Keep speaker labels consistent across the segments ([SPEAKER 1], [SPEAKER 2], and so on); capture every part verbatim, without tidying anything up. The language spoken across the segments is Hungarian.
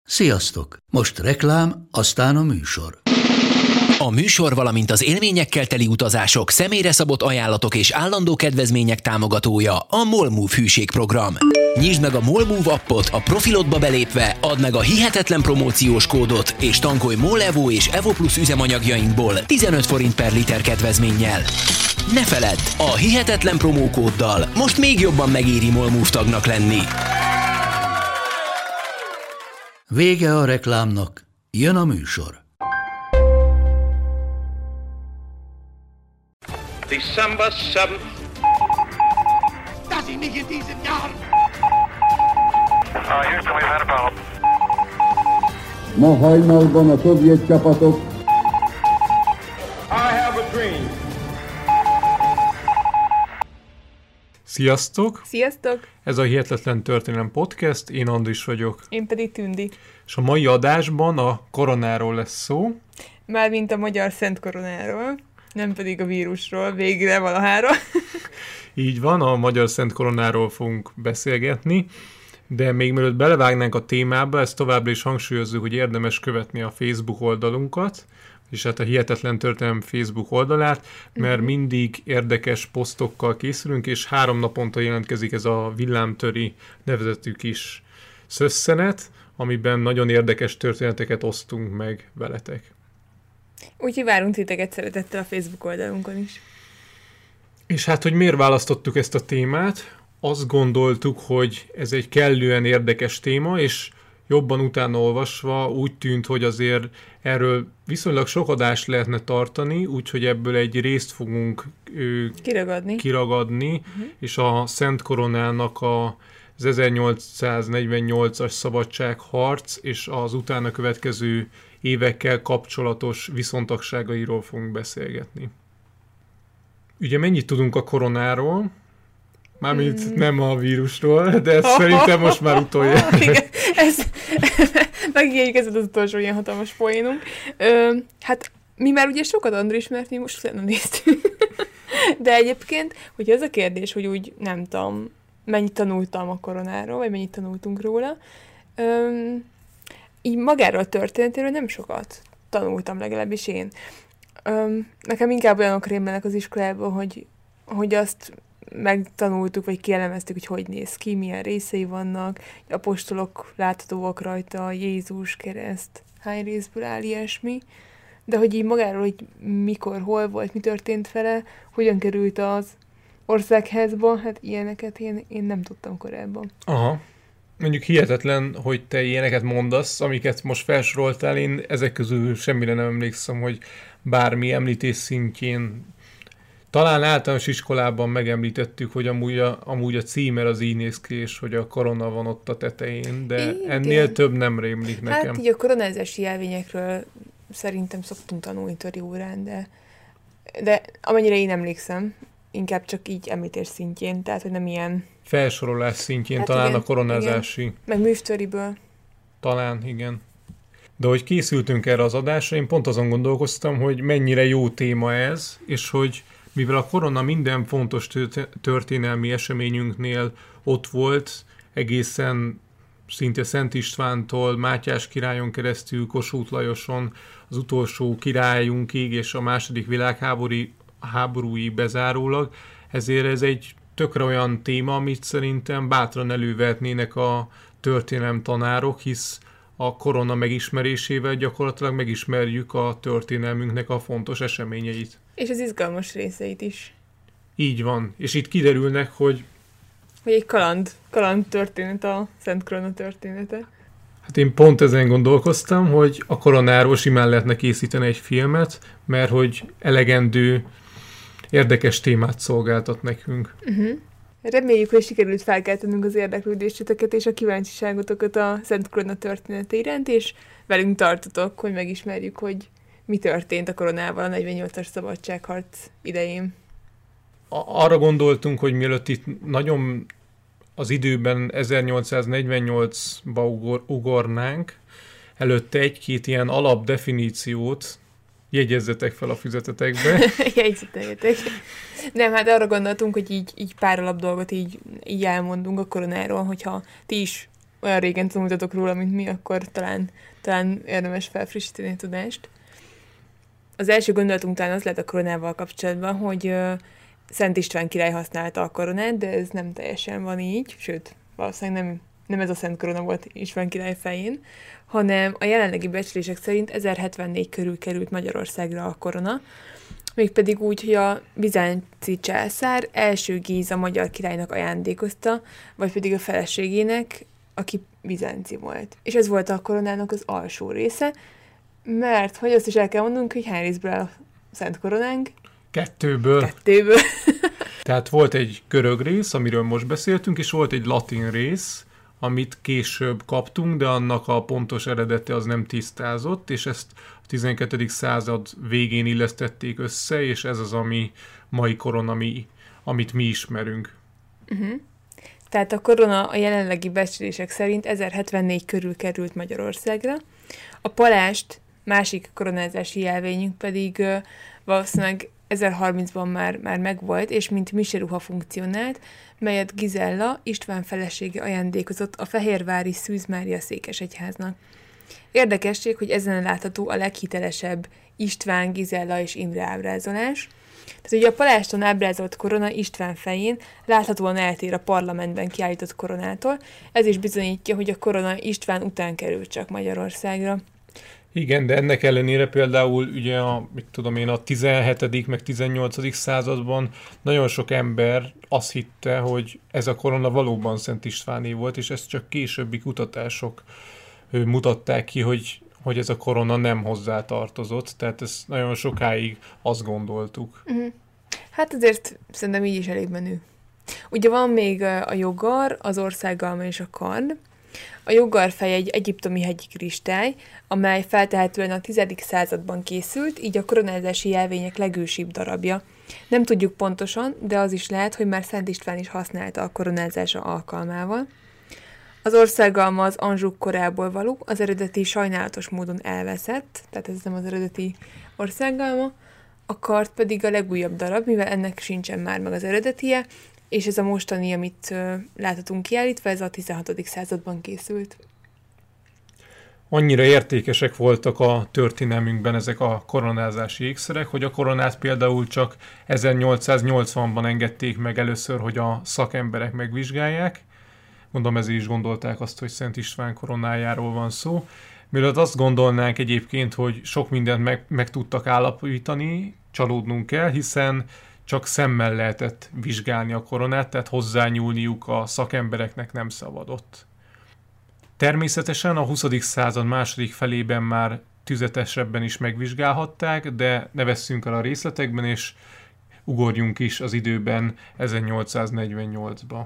[SPEAKER 1] Sziasztok! Most reklám, aztán a műsor.
[SPEAKER 2] A műsor, valamint az élményekkel teli utazások, személyre szabott ajánlatok és állandó kedvezmények támogatója a MOLMOVE hűségprogram. Nyisd meg a MOLMOVE appot, a profilodba belépve add meg a hihetetlen promóciós kódot, és tankolj MOL Evo és Evo Plus üzemanyagjainkból tizenöt forint per liter kedvezménnyel. Ne feledd, a hihetetlen promókóddal most még jobban megéri MOLMOVE tagnak lenni.
[SPEAKER 1] Vége a reklámnak, jön a műsor.
[SPEAKER 3] December seventh.
[SPEAKER 4] Das ist nicht in diesem Jahr.
[SPEAKER 3] Uh, Houston, we've had a problem.
[SPEAKER 5] Ma hajnalban a szovjet csapatok
[SPEAKER 3] I have a dream.
[SPEAKER 6] Sziasztok!
[SPEAKER 7] Sziasztok!
[SPEAKER 6] Ez a Hihetetlen Történelem Podcast, én Andris vagyok.
[SPEAKER 7] Én pedig Tündi.
[SPEAKER 6] És a mai adásban a koronáról lesz szó.
[SPEAKER 7] Mármint a magyar Szent Koronáról, nem pedig a vírusról, végre valahára.
[SPEAKER 6] Így van, a magyar Szent Koronáról fogunk beszélgetni, de még mielőtt belevágnánk a témába, ezt továbbra is hangsúlyozzuk, hogy érdemes követni a Facebook oldalunkat, és hát a Hihetetlen Történelem Facebook oldalát, mert uh-huh. mindig érdekes posztokkal készülünk, és három naponta jelentkezik ez a villámtöri nevezetű kis szösszenet, amiben nagyon érdekes történeteket osztunk meg veletek.
[SPEAKER 7] Úgyhogy várunk titeket szeretettel a Facebook oldalunkon is.
[SPEAKER 6] És hát, hogy miért választottuk ezt a témát? Azt gondoltuk, hogy ez egy kellően érdekes téma, és jobban utána olvasva úgy tűnt, hogy azért erről viszonylag sok adást lehetne tartani, úgyhogy ebből egy részt fogunk ö,
[SPEAKER 7] kiragadni,
[SPEAKER 6] kiragadni uh-huh. és a Szent Koronának a, az ezernyolcszáznegyvennyolcas szabadságharc és az utána következő évekkel kapcsolatos viszontagságairól fogunk beszélgetni. Ugye mennyit tudunk a koronáról? Mármint mm. nem a vírusról, de ez szerintem most már utoljára.
[SPEAKER 7] ez, megígérjük, ez az utolsó ilyen hatalmas poénunk. Ö, hát mi már ugye sokat, Andris, mert mi most nem néztünk. De egyébként, hogy ez a kérdés, hogy úgy nem tudom, mennyit tanultam a koronáról, vagy mennyit tanultunk róla, ö, így magáról a történetéről nem sokat tanultam, legalábbis én. Ö, nekem inkább olyanok rémlenek az iskolában, hogy, hogy azt megtanultuk, vagy kielemeztük, hogy hogy néz ki, milyen részei vannak, apostolok láthatóak rajta, Jézus, kereszt, hány részből áll, ilyesmi. De hogy így magáról, hogy mikor, hol volt, mi történt vele, hogyan került az országházba, hát ilyeneket én, én nem tudtam korábban.
[SPEAKER 6] Aha. Mondjuk hihetetlen, hogy te ilyeneket mondasz, amiket most felsoroltál, én ezek közül semmire nem emlékszem, hogy bármi említés szintjén. Talán általános iskolában megemlítettük, hogy amúgy a, amúgy a címer az így néz ki, és hogy a korona van ott a tetején, de igen. Ennél több nem rémlik nekem.
[SPEAKER 7] Hát így a koronázási jelvényekről szerintem szoktunk tanulni töri órán, de, de amennyire én emlékszem, inkább csak így említés szintjén, tehát hogy nem ilyen...
[SPEAKER 6] Felsorolás szintjén hát talán igen, a koronázási. Igen.
[SPEAKER 7] Meg művtöriből.
[SPEAKER 6] Talán, igen. De hogy készültünk erre az adásra, én pont azon gondolkoztam, hogy mennyire jó téma ez, és hogy mivel a korona minden fontos történelmi eseményünknél ott volt, egészen szinte Szent Istvántól, Mátyás királyon keresztül, Kossuth Lajoson, az utolsó királyunkig és a második világháborúi háborúig bezárólag, ezért ez egy tökre olyan téma, amit szerintem bátran elővehetnének a történelemtanárok, hisz a korona megismerésével gyakorlatilag megismerjük a történelmünknek a fontos eseményeit.
[SPEAKER 7] És az izgalmas részeit is.
[SPEAKER 6] Így van. És itt kiderülnek, hogy...
[SPEAKER 7] Hogy egy kaland, kaland történet a Szent Korona története.
[SPEAKER 6] Hát én pont ezen gondolkoztam, hogy a koronáról simán lehetne készíteni egy filmet, mert hogy elegendő érdekes témát szolgáltat nekünk.
[SPEAKER 7] Uh-huh. Reméljük, hogy sikerült felkeltenünk az érdeklődéseteket és a kíváncsiságotokat a Szent Korona története iránt, és velünk tartotok, hogy megismerjük, hogy mi történt a koronával a negyvennyolcas szabadságharc idején.
[SPEAKER 6] Arra gondoltunk, hogy mielőtt itt nagyon az időben ezernyolcszáznegyvennyolcba ugor, ugornánk, előtte egy-két ilyen alapdefiníciót jegyezzetek fel a füzetetekbe.
[SPEAKER 7] Jegyzeteljetek. Nem, hát arra gondoltunk, hogy így, így pár alap dolgot így, így elmondunk a koronáról, hogyha ti is olyan régen tanultatok róla, mint mi, akkor talán, talán érdemes felfrissíteni a tudást. Az első gondolatunk talán az lett a koronával kapcsolatban, hogy uh, Szent István király használta a koronát, de ez nem teljesen van így, sőt, valószínűleg nem, nem ez a Szent Korona volt István király fején, hanem a jelenlegi becslések szerint ezerhetvennégy körül került Magyarországra a korona, mégpedig úgy, hogy a bizánci császár első Géza magyar királynak ajándékozta, vagy pedig a feleségének, aki bizánci volt. És ez volt a koronának az alsó része, mert, hogy azt is el kell mondanunk, hogy hány részből áll a Szent Koronánk?
[SPEAKER 6] Kettőből.
[SPEAKER 7] Kettőből.
[SPEAKER 6] Tehát volt egy görög rész, amiről most beszéltünk, és volt egy latin rész, amit később kaptunk, de annak a pontos eredete az nem tisztázott, és ezt a tizenkettedik század végén illesztették össze, és ez az, ami mai korona, ami, amit mi ismerünk.
[SPEAKER 7] Uh-huh. Tehát a korona a jelenlegi becslések szerint ezerhetvennégy körül került Magyarországra. A palást, másik koronázási jelvényünk pedig uh, valószínűleg ezerharmincban már, már megvolt, és mint miseruha funkcionált, melyet Gizella, István felesége ajándékozott a fehérvári Szűz Mária székesegyháznak. Érdekesség, hogy ezen látható a leghitelesebb István, Gizella és Imre ábrázolás. Tehát ugye a paláston ábrázolt korona István fején láthatóan eltér a parlamentben kiállított koronától, ez is bizonyítja, hogy a korona István után került csak Magyarországra.
[SPEAKER 6] Igen, de ennek ellenére például ugye a, mit tudom én, a tizenhetedik meg tizennyolcadik században nagyon sok ember azt hitte, hogy ez a korona valóban Szent Istváné volt, és ezt csak későbbi kutatások mutatták ki, hogy, hogy ez a korona nem hozzá tartozott, tehát ezt nagyon sokáig azt gondoltuk.
[SPEAKER 7] Uh-huh. Hát azért szerintem így is elég menő. Ugye van még a joggar, az országalma és a kard. A joggarfej egy egyiptomi hegyi kristály, amely feltehetően a tizedik században készült, így a koronázási jelvények legősibb darabja. Nem tudjuk pontosan, de az is lehet, hogy már Szent István is használta a koronázása alkalmával. Az országalma az Anjouk korából való, az eredeti sajnálatos módon elveszett, tehát ez nem az eredeti országalma. A kard pedig a legújabb darab, mivel ennek sincsen már meg az eredetie, és ez a mostani, amit uh, láthatunk kiállítva, ez a tizenhatodik században készült.
[SPEAKER 6] Annyira értékesek voltak a történelmünkben ezek a koronázási ékszerek, hogy a koronát például csak ezernyolcszáznyolcvanban engedték meg először, hogy a szakemberek megvizsgálják. Mondom, ezért is gondolták azt, hogy Szent István koronájáról van szó. Mielőtt azt gondolnánk egyébként, hogy sok mindent meg, meg tudtak állapítani, csalódnunk kell, hiszen csak szemmel lehetett vizsgálni a koronát, tehát hozzányúlniuk a szakembereknek nem szabadott. Természetesen a huszadik század második felében már tüzetesebben is megvizsgálhatták, de ne vesszünk el a részletekben, és ugorjunk is az időben ezernyolcszáznegyvennyolcba.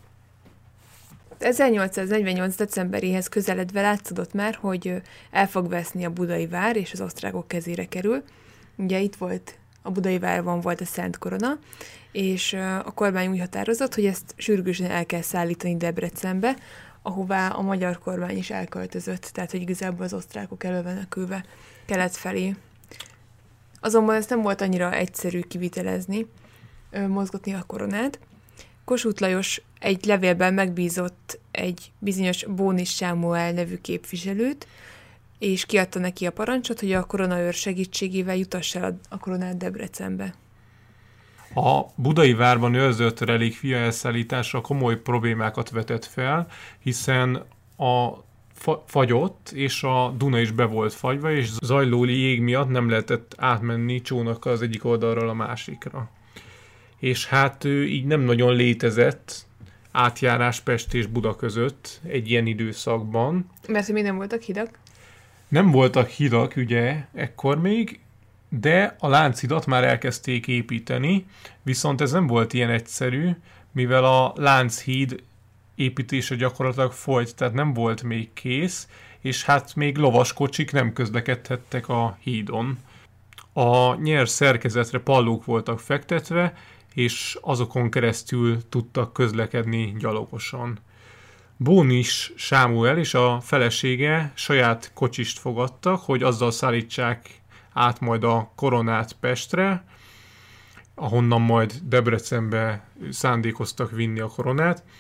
[SPEAKER 7] ezernyolcszáznegyvennyolc decemberéhez közeledve látszódott már, hogy el fog veszni a budai vár, és az osztrákok kezére kerül. Ugye itt volt, a budai várban volt a Szent Korona, és a kormány úgy határozott, hogy ezt sürgősen el kell szállítani Debrecenbe, ahová a magyar kormány is elköltözött, tehát hogy igazából az osztrákok elővenekülve kelet felé. Azonban ez nem volt annyira egyszerű kivitelezni, mozgatni a koronát. Kossuth Lajos egy levélben megbízott egy bizonyos Bónis Sámuel nevű képviselőt, és kiadta neki a parancsot, hogy a koronaőr segítségével jutassa el a koronát Debrecenbe.
[SPEAKER 6] A budai várban őrzött relikvia elszállítása komoly problémákat vetett fel, hiszen a fa- fagyott, és a Duna is be volt fagyva, és zajló jég miatt nem lehetett átmenni csónakkal az egyik oldalról a másikra. És hát így nem nagyon létezett átjárás Pest és Buda között egy ilyen időszakban.
[SPEAKER 7] Mert még nem voltak hidak?
[SPEAKER 6] Nem voltak hidak, ugye, ekkor még, de a Lánchidat már elkezdték építeni, viszont ez nem volt ilyen egyszerű, mivel a Lánchíd építése gyakorlatilag folyt, tehát nem volt még kész, és hát még lovaskocsik nem közlekedhettek a hídon. A nyer szerkezetre pallók voltak fektetve, és azokon keresztül tudtak közlekedni gyalogosan. Bónis Sámuel és a felesége saját kocsist fogadtak, hogy azzal szállítsák át majd a koronát Pestre, ahonnan majd Debrecenbe szándékoztak vinni a koronát.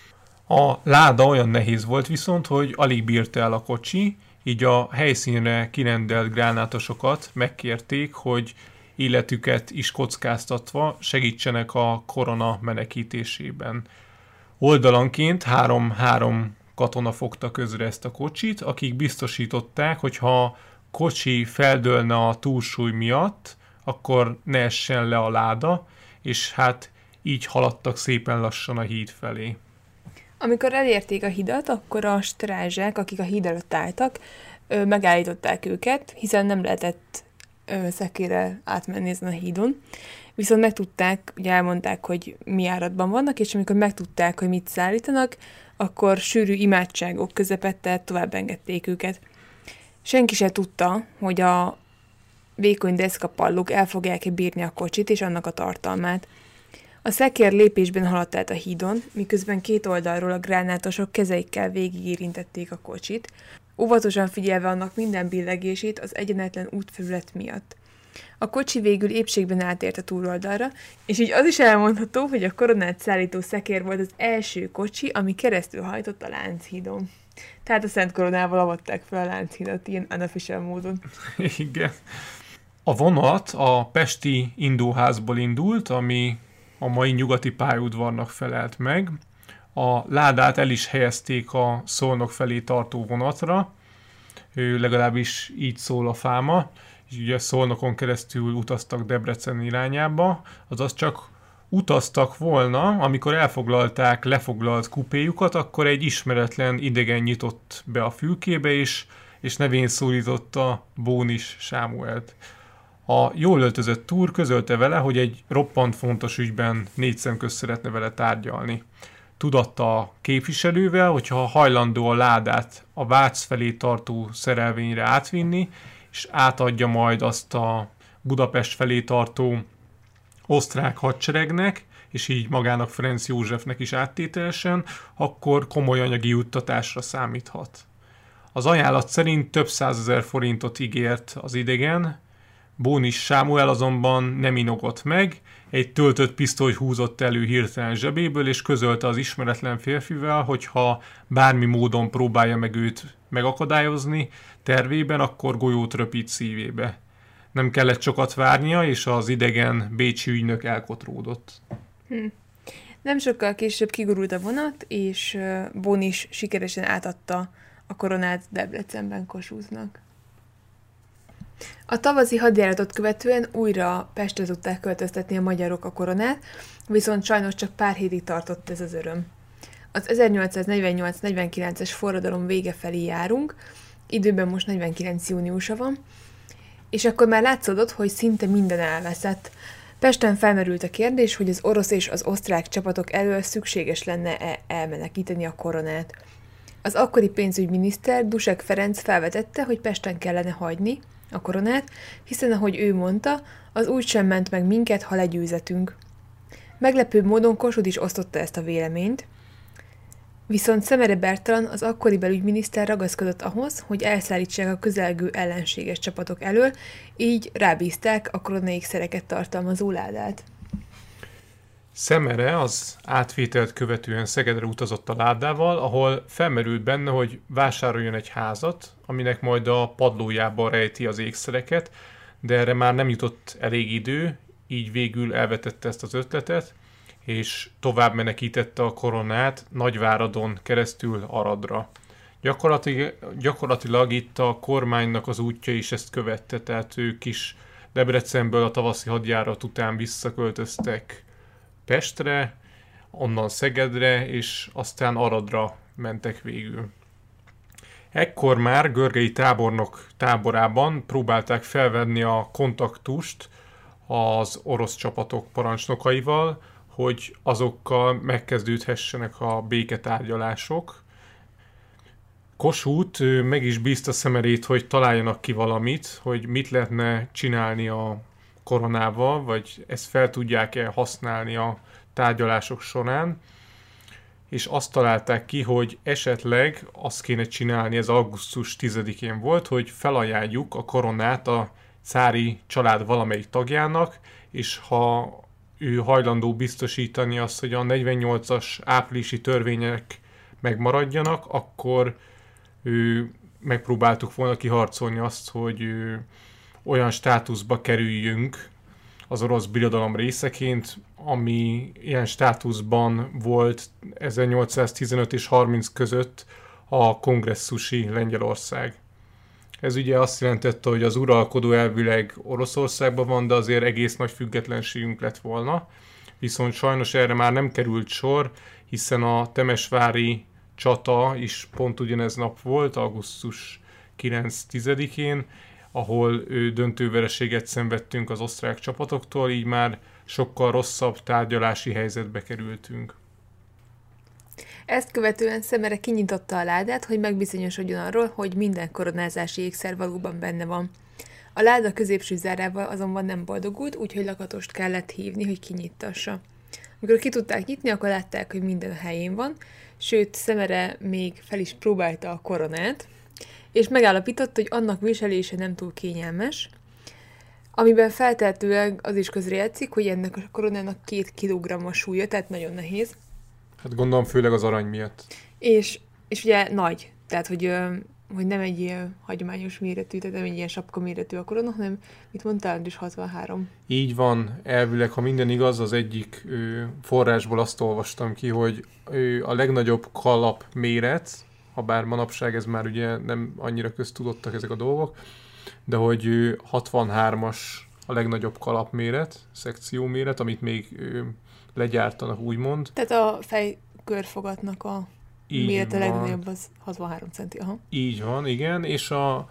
[SPEAKER 6] A láda olyan nehéz volt viszont, hogy alig bírta el a kocsi, így a helyszínre kirendelt gránátosokat megkérték, hogy életüket is kockáztatva segítsenek a korona menekítésében. Oldalanként három-három katona fogta közre ezt a kocsit, akik biztosították, hogy ha a kocsi feldőlne a túlsúly miatt, akkor ne essen le a láda, és hát így haladtak szépen lassan a híd felé.
[SPEAKER 7] Amikor elérték a hidat, akkor a strázsák, akik a híd előtt álltak, megállították őket, hiszen nem lehetett szekérrel átmenni ezen a hídon. Viszont megtudták, ugye elmondták, hogy mi járatban vannak, és amikor megtudták, hogy mit szállítanak, akkor sűrű imádságok közepette tovább engedték őket. Senki se tudta, hogy a vékony deszkapallók el fogják-e bírni a kocsit és annak a tartalmát. A szekér lépésben haladt át a hídon, miközben két oldalról a gránátosok kezeikkel végigérintették a kocsit, óvatosan figyelve annak minden billegését az egyenetlen útfelület miatt. A kocsi végül épségben átért a túloldalra, és így az is elmondható, hogy a koronát szállító szekér volt az első kocsi, ami keresztül hajtott a Lánchídon. Tehát a Szent Koronával avatták fel a Lánchidat, ilyen unofficial módon.
[SPEAKER 6] Igen. A vonat a pesti indóházból indult, ami a mai nyugati pályaudvarnak felelt meg. A ládát el is helyezték a Szolnok felé tartó vonatra, ő legalábbis így szól a fáma, és ugye Szolnokon keresztül utaztak Debrecen irányába, azaz csak utaztak volna, amikor elfoglalták lefoglalt kupéjukat, akkor egy ismeretlen idegen nyitott be a fülkébe, és, és nevén szólította Bónis Sámuelt. A jól öltözött túr közölte vele, hogy egy roppant fontos ügyben négy szemközt szeretne vele tárgyalni. Tudatta a képviselővel, hogyha hajlandó a ládát a Vác felé tartó szerelvényre átvinni, és átadja majd azt a Budapest felé tartó osztrák hadseregnek, és így magának Ferenc Józsefnek is áttételesen, akkor komoly anyagi juttatásra számíthat. Az ajánlat szerint több százezer forintot ígért az idegen, Bónis Sámuel azonban nem inogott meg, egy töltött pisztoly húzott elő hirtelen zsebéből, és közölte az ismeretlen férfivel, hogyha bármi módon próbálja meg őt megakadályozni tervében, akkor golyót röpít szívébe. Nem kellett sokat várnia, és az idegen bécsi ügynök elkotródott.
[SPEAKER 7] Hm. Nem sokkal később kigurult a vonat, és Bónis sikeresen átadta a koronát Debrecenben Kossuthnak. A tavaszi hadjáratot követően újra Pestre tudták költöztetni a magyarok a koronát, viszont sajnos csak pár hétig tartott ez az öröm. Az ezernyolcszáznegyvennyolc negyvenkilences forradalom vége felé járunk, időben most negyvenkilenc júniusa van, és akkor már látszódott, hogy szinte minden elveszett. Pesten felmerült a kérdés, hogy az orosz és az osztrák csapatok elől szükséges lenne-e elmenekíteni a koronát. Az akkori pénzügyminiszter Dusek Ferenc felvetette, hogy Pesten kellene hagyni a koronát, hiszen ahogy ő mondta, az úgy sem ment meg minket, ha legyőzetünk. Meglepő módon Kossuth is osztotta ezt a véleményt, viszont Szemere Bertalan, az akkori belügyminiszter ragaszkodott ahhoz, hogy elszállítsák a közelgő ellenséges csapatok elől, így rábízták a koronai szereket tartalmazó ládát.
[SPEAKER 6] Szemere az átvételt követően Szegedre utazott a ládával, ahol felmerült benne, hogy vásároljon egy házat, aminek majd a padlójában rejti az ékszereket, de erre már nem jutott elég idő, így végül elvetette ezt az ötletet, és tovább menekítette a koronát Nagyváradon keresztül Aradra. Gyakorlatilag, gyakorlatilag itt a kormánynak az útja is ezt követte, tehát ők is Debrecenből a tavaszi hadjárat után visszaköltöztek Pestre, onnan Szegedre, és aztán Aradra mentek végül. Ekkor már Görgei tábornok táborában próbálták felvenni a kontaktust az orosz csapatok parancsnokaival, hogy azokkal megkezdődhessenek a béketárgyalások. Kossuth meg is bízta Szemerét, hogy találjanak ki valamit, hogy mit lehetne csinálni a koronával, vagy ezt fel tudják-e használni a tárgyalások során, és azt találták ki, hogy esetleg azt kéne csinálni, ez augusztus tizedikén volt, hogy felajánljuk a koronát a cári család valamelyik tagjának, és ha ő hajlandó biztosítani azt, hogy a negyvennyolcas áprilisi törvények megmaradjanak, akkor ő, megpróbáltuk volna kiharcolni azt, hogy ő, olyan státuszba kerüljünk az orosz birodalom részeként, ami ilyen státuszban volt ezernyolcszáztizenöt és harminc között a kongresszusi Lengyelország. Ez ugye azt jelentette, hogy az uralkodó elvileg Oroszországban van, de azért egész nagy függetlenségünk lett volna. Viszont sajnos erre már nem került sor, hiszen a temesvári csata is pont ugyanez nap volt, augusztus kilenc-tizedikén, ahol ő döntővereséget szenvedtünk az osztrák csapatoktól, így már sokkal rosszabb tárgyalási helyzetbe kerültünk.
[SPEAKER 7] Ezt követően Szemere kinyitotta a ládát, hogy megbizonyosodjon arról, hogy minden koronázási ékszer valóban benne van. A láda középső zárával azonban nem boldogult, úgyhogy Lakatost kellett hívni, hogy kinyittassa. Amikor ki tudták nyitni, akkor látták, hogy minden a helyén van, sőt, Szemere még fel is próbálta a koronát, és megállapította, hogy annak viselése nem túl kényelmes, amiben feltehetőleg az is közrejátszik, hogy ennek a koronának két kilogrammos súlya, tehát nagyon nehéz.
[SPEAKER 6] Hát gondolom főleg az arany miatt.
[SPEAKER 7] És, és ugye nagy, tehát hogy, hogy nem egy ilyen hagyományos méretű, tehát nem egy ilyen sapka méretű a korona, hanem, mit mondtál, is hatvanhárom.
[SPEAKER 6] Így van, elvileg, ha minden igaz, az egyik ő, forrásból azt olvastam ki, hogy ő, a legnagyobb kalap méret, ha bár manapság ez már ugye nem annyira köztudottak ezek a dolgok, de hogy ő, hatvanhármas a legnagyobb kalapméret, szekcióméret, amit még ő, legyártanak, úgymond.
[SPEAKER 7] Tehát a fejkörfogatnak a mérete legnagyobb az hatvanhárom centi. Aha.
[SPEAKER 6] Így van, igen, és a,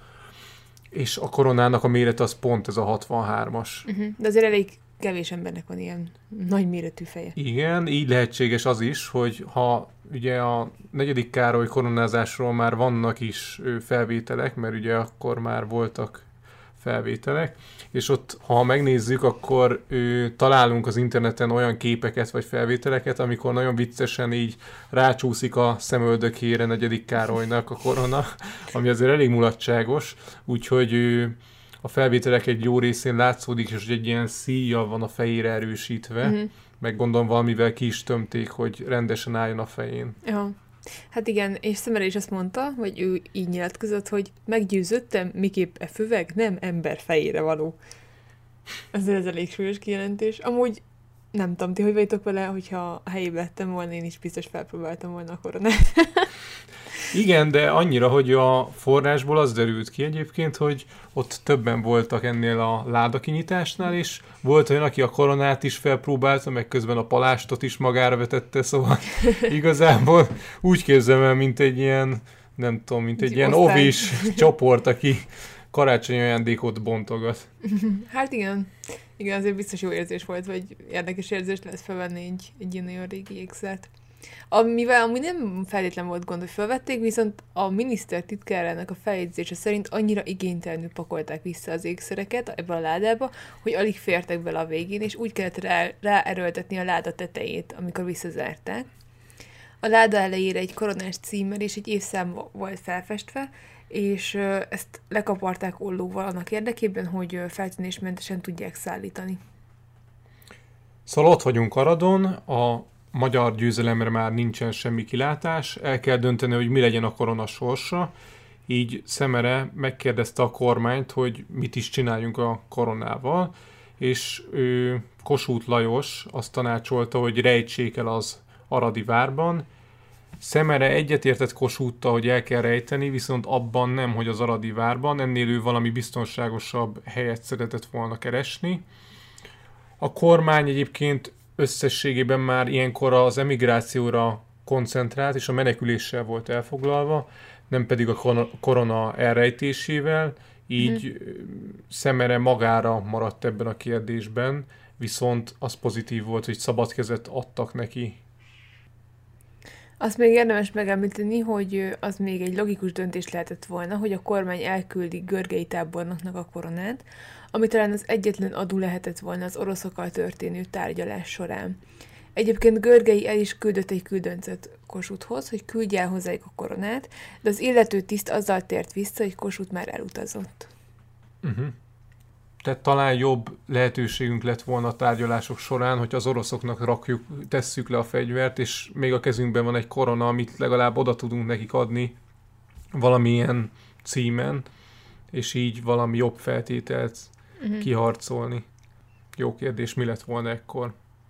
[SPEAKER 6] és a koronának a mérete az pont ez a hatvanhármas.
[SPEAKER 7] Uh-huh. De azért elég kevés embernek van ilyen nagy méretű feje.
[SPEAKER 6] Igen, így lehetséges az is, hogy ha ugye a negyedik Károly koronázásról már vannak is felvételek, mert ugye akkor már voltak felvételek, és ott, ha megnézzük, akkor ő, találunk az interneten olyan képeket vagy felvételeket, amikor nagyon viccesen így rácsúszik a szemöldökére negyedik Károlynak a korona, ami azért elég mulatságos, úgyhogy ő, a felvételek egy jó részén látszódik, és hogy egy ilyen szíjjal van a fejére erősítve, uh-huh. meg gondolom valamivel ki is tömték, hogy rendesen álljon a fején.
[SPEAKER 7] Ja. Hát igen, és Szemere is azt mondta, vagy ő így nyilatkozott, hogy meggyőződtem, miképp e föveg nem ember fejére való. Ez ez elég súlyos kijelentés. Amúgy nem tudom, ti hogy vagytok vele, hogyha a helyébe lettem volna, én is biztos felpróbáltam volna a koronát.
[SPEAKER 6] Igen, de annyira, hogy a forrásból az derült ki egyébként, hogy ott többen voltak ennél a ládakinyitásnál, és volt olyan, aki a koronát is felpróbálta, meg közben a palástot is magára vetette, szóval igazából úgy képzelem el, mint egy ilyen, nem tudom, mint egy, egy ilyen
[SPEAKER 7] osztály.
[SPEAKER 6] ovis csoport, aki karácsonyi ajándékot bontogat.
[SPEAKER 7] Hát igen. Igen, azért biztos jó érzés volt, vagy érdekes érzés lesz felvenni egy, egy ilyen olyan régi ékszert. Amivel amúgy nem feltétlen volt gond, hogy felvették, viszont a miniszter titkárának a feljegyzése szerint annyira igénytelenül pakolták vissza az ékszereket ebbe a ládába, hogy alig fértek bele a végén, és úgy kellett rá, ráerőltetni a láda tetejét, amikor visszazárták. A láda elejére egy koronás címmel és egy évszám volt felfestve, és ezt lekaparták ollóval annak érdekében, hogy feltűnésmentesen tudják szállítani.
[SPEAKER 6] Szóval ott vagyunk Aradon, a magyar győzelemre már nincsen semmi kilátás, el kell dönteni, hogy mi legyen a korona sorsa, így Szemere megkérdezte a kormányt, hogy mit is csináljunk a koronával, és ő, Kossuth Lajos azt tanácsolta, hogy rejtsék el az aradi várban. Szemere egyetértett Kossuthtal, hogy el kell rejteni, viszont abban nem, hogy az aradi várban, ennél ő valami biztonságosabb helyet szeretett volna keresni. A kormány egyébként összességében már ilyenkor az emigrációra koncentrált, és a meneküléssel volt elfoglalva, nem pedig a korona elrejtésével, így mm. Szemere magára maradt ebben a kérdésben, viszont az pozitív volt, hogy szabad kezet adtak neki.
[SPEAKER 7] Azt még érdemes megemlíteni, hogy az még egy logikus döntés lehetett volna, hogy a kormány elküldi Görgei tábornoknak a koronát, ami talán az egyetlen adu lehetett volna az oroszokkal történő tárgyalás során. Egyébként Görgei el is küldött egy küldöncöt Kossuthhoz, hogy küldje el hozzájuk a koronát, de az illető tiszt azzal tért vissza, hogy Kossuth már elutazott.
[SPEAKER 6] Uh-huh. Tehát talán jobb lehetőségünk lett volna a tárgyalások során, hogy az oroszoknak rakjuk, tesszük le a fegyvert, és még a kezünkben van egy korona, amit legalább oda tudunk nekik adni valamilyen címen, és így valami jobb feltételt uh-huh. kiharcolni. Jó kérdés, mi lett volna ekkor?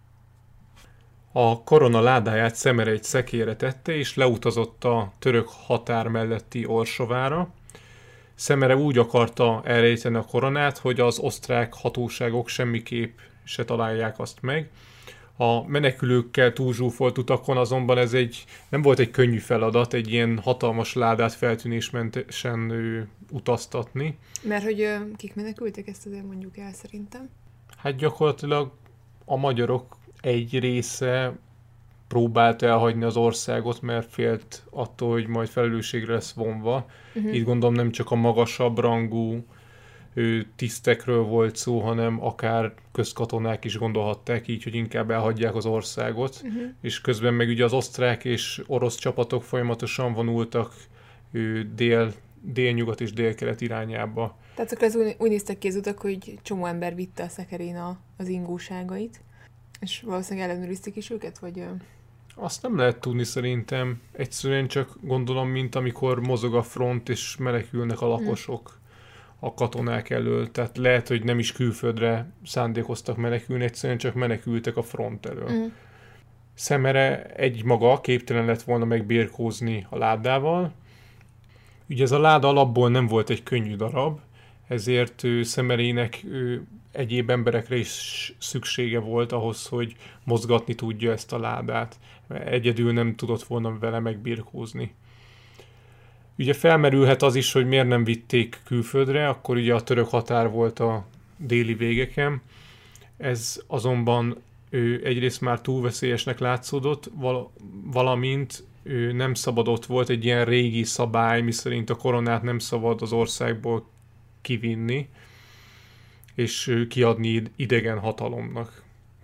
[SPEAKER 6] A korona ládáját Szemere egy szekére tette, és leutazott a török határ melletti Orsovára. Szemere úgy akarta elrejteni a koronát, hogy az osztrák hatóságok semmiképp se találják azt meg. A menekülőkkel túlzsúfolt utakon azonban ez egy, nem volt egy könnyű feladat, egy ilyen hatalmas ládát feltűnésmentesen ő, utaztatni.
[SPEAKER 7] Mert hogy ö, kik menekültek, ezt azért mondjuk el szerintem.
[SPEAKER 6] Hát gyakorlatilag a magyarok egy része próbált elhagyni az országot, mert félt attól, hogy majd felelősségre lesz vonva. Uh-huh. Itt gondolom nem csak a magasabb rangú ő, tisztekről volt szó, hanem akár közkatonák is gondolhatták így, hogy inkább elhagyják az országot. Uh-huh. És közben meg ugye az osztrák és orosz csapatok folyamatosan vonultak ő, dél, délnyugat és délkelet irányába.
[SPEAKER 7] Tehát akkor ez úgy, úgy néztek ki az utak, hogy csomó ember vitte a szekerén a, az ingóságait, és valószínűleg ellenőrizték is őket, vagy...
[SPEAKER 6] Azt nem lehet tudni szerintem. Egyszerűen csak gondolom, mint amikor mozog a front, és menekülnek a lakosok a katonák elől. Tehát lehet, hogy nem is külföldre szándékoztak menekülni, egyszerűen csak menekültek a front elől. Mm. Szemere egy maga képtelen lett volna megbirkózni a ládával. Ugye ez a láda alapból nem volt egy könnyű darab, ezért ő, Szemerének ő, egyéb emberekre is szüksége volt ahhoz, hogy mozgatni tudja ezt a ládát. Egyedül nem tudott volna vele megbirkózni. Ugye felmerülhet az is, hogy miért nem vitték külföldre, akkor ugye a török határ volt a déli végeken. Ez azonban ő egyrészt már túl veszélyesnek látszódott, val- valamint ő nem szabadott volt egy ilyen régi szabály, miszerint a koronát nem szabad az országból kivinni, és kiadni idegen hatalomnak.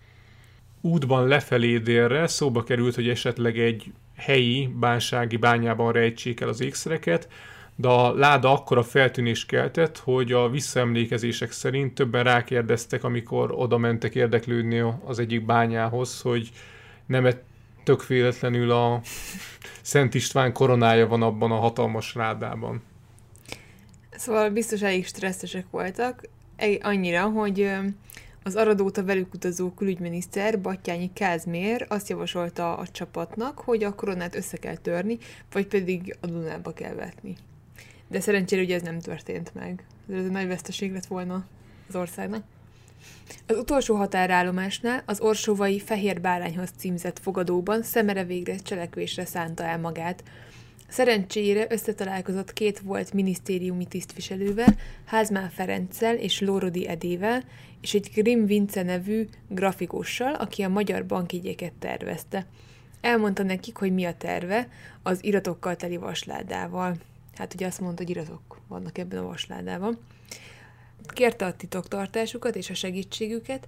[SPEAKER 6] Útban lefelé délre szóba került, hogy esetleg egy helyi bánsági bányában rejtsék el az ékszereket, de a láda akkora feltűnést keltett, hogy a visszaemlékezések szerint többen rákérdeztek, amikor oda mentek érdeklődni az egyik bányához, hogy nem tök véletlenül a Szent István koronája van abban a hatalmas ládában.
[SPEAKER 7] Szóval biztos elég stresszesek voltak, annyira, hogy az Arad óta velük utazó külügyminiszter, Batthyány Kázmér azt javasolta a csapatnak, hogy a koronát össze kell törni, vagy pedig a Dunába kell vetni. De szerencsére ugye ez nem történt meg. Ez egy nagy veszteség lett volna az országnak. Az utolsó határállomásnál az orsovai Fehér Bárányhoz címzett fogadóban Szemere végre cselekvésre szánta el magát. Szerencsére összetalálkozott két volt minisztériumi tisztviselővel, Házmán Ferenccel és Lórodi Edével, és egy Grimm Vince nevű grafikussal, aki a magyar bankjegyeket tervezte. Elmondta nekik, hogy mi a terve az iratokkal teli vasládával. Hát ugye azt mondta, hogy iratok vannak ebben a vasládában. Kérte a titoktartásukat és a segítségüket.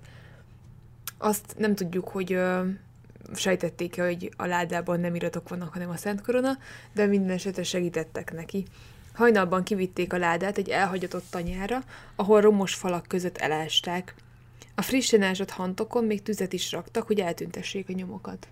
[SPEAKER 7] Azt nem tudjuk, hogy... Ö, sejtették, hogy a ládában nem iratok vannak, hanem a Szent Korona, de minden esetre segítettek neki. Hajnalban kivitték a ládát egy elhagyatott tanyára, ahol romos falak között elásták. A frissen ásott hantokon még tüzet is raktak, hogy eltüntessék a nyomokat.